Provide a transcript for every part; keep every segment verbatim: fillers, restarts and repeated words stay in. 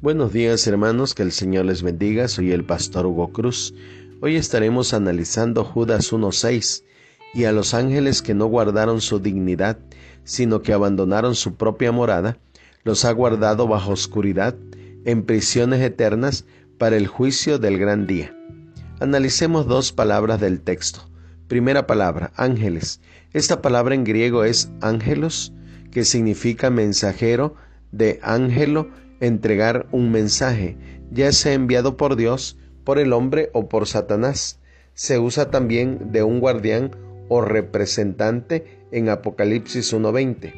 Buenos días, hermanos, que el Señor les bendiga. Soy el pastor Hugo Cruz. Hoy estaremos analizando Judas uno seis y a los ángeles que no guardaron su dignidad, sino que abandonaron su propia morada, los ha guardado bajo oscuridad, en prisiones eternas, para el juicio del gran día. Analicemos dos palabras del texto. Primera palabra, ángeles. Esta palabra en griego es ángelos, que significa mensajero, de ángelo, entregar un mensaje, ya sea enviado por Dios, por el hombre o por Satanás. Se usa también de un guardián o representante en Apocalipsis uno veinte.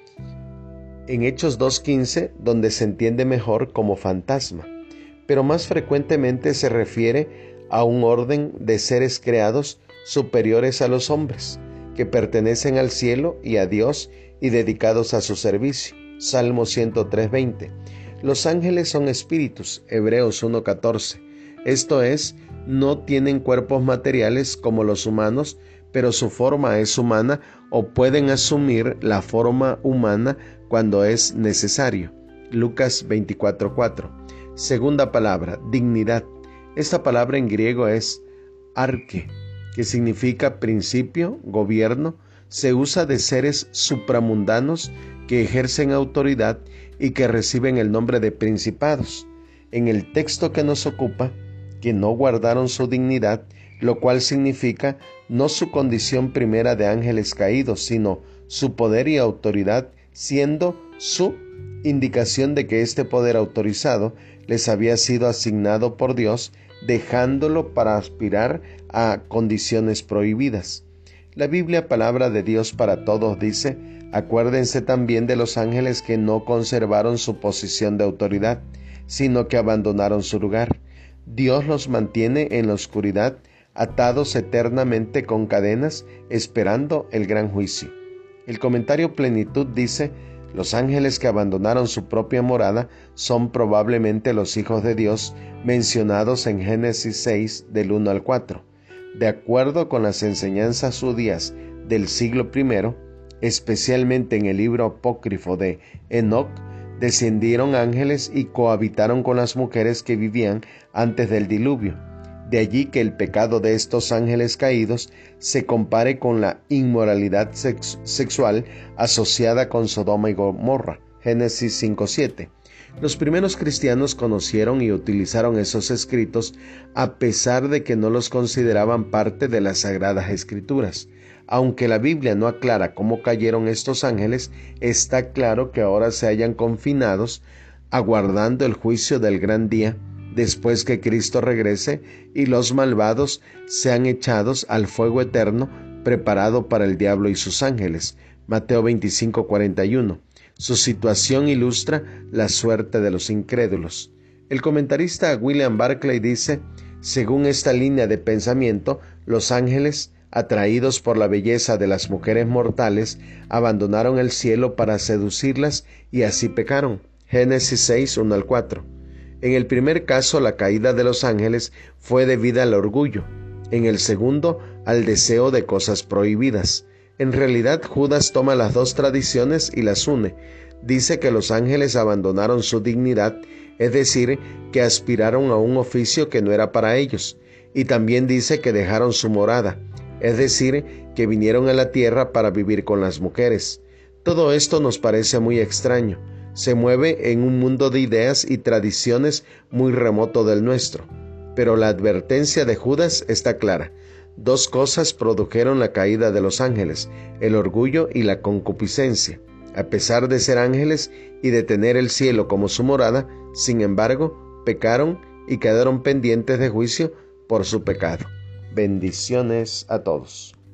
En Hechos dos quince, donde se entiende mejor como fantasma, pero más frecuentemente se refiere a un orden de seres creados superiores a los hombres, que pertenecen al cielo y a Dios y dedicados a su servicio. Salmo ciento tres veinte. Los ángeles son espíritus, Hebreos uno catorce. Esto es, no tienen cuerpos materiales como los humanos, pero su forma es humana o pueden asumir la forma humana cuando es necesario. Lucas veinticuatro cuatro. Segunda palabra, dignidad. Esta palabra en griego es arque, que significa principio, gobierno. Se usa de seres supramundanos que ejercen autoridad y que reciben el nombre de principados. En el texto que nos ocupa, que no guardaron su dignidad, lo cual significa no su condición primera de ángeles caídos, sino su poder y autoridad, siendo su indicación de que este poder autorizado les había sido asignado por Dios, dejándolo para aspirar a condiciones prohibidas. La Biblia, palabra de Dios para todos, dice: acuérdense también de los ángeles que no conservaron su posición de autoridad, sino que abandonaron su lugar. Dios los mantiene en la oscuridad, atados eternamente con cadenas, esperando el gran juicio. El comentario Plenitud dice: los ángeles que abandonaron su propia morada son probablemente los hijos de Dios mencionados en Génesis seis del uno al cuatro. De acuerdo con las enseñanzas judías del siglo primero, especialmente en el libro apócrifo de Enoc, descendieron ángeles y cohabitaron con las mujeres que vivían antes del diluvio. De allí que el pecado de estos ángeles caídos se compare con la inmoralidad sex- sexual asociada con Sodoma y Gomorra, Génesis cinco siete. Los primeros cristianos conocieron y utilizaron esos escritos a pesar de que no los consideraban parte de las Sagradas Escrituras. Aunque la Biblia no aclara cómo cayeron estos ángeles, está claro que ahora se hallan confinados, aguardando el juicio del gran día, después que Cristo regrese y los malvados sean echados al fuego eterno preparado para el diablo y sus ángeles. Mateo veinticinco cuarenta y uno. Su situación ilustra la suerte de los incrédulos. El comentarista William Barclay dice: según esta línea de pensamiento, los ángeles, atraídos por la belleza de las mujeres mortales, abandonaron el cielo para seducirlas y así pecaron. Génesis seis uno al cuatro. En el primer caso, la caída de los ángeles fue debida al orgullo. En el segundo, al deseo de cosas prohibidas. En realidad, Judas toma las dos tradiciones y las une. Dice que los ángeles abandonaron su dignidad, es decir, que aspiraron a un oficio que no era para ellos. Y también dice que dejaron su morada, es decir, que vinieron a la tierra para vivir con las mujeres. Todo esto nos parece muy extraño. Se mueve en un mundo de ideas y tradiciones muy remoto del nuestro. Pero la advertencia de Judas está clara. Dos cosas produjeron la caída de los ángeles: el orgullo y la concupiscencia. A pesar de ser ángeles y de tener el cielo como su morada, sin embargo, pecaron y quedaron pendientes de juicio por su pecado. Bendiciones a todos.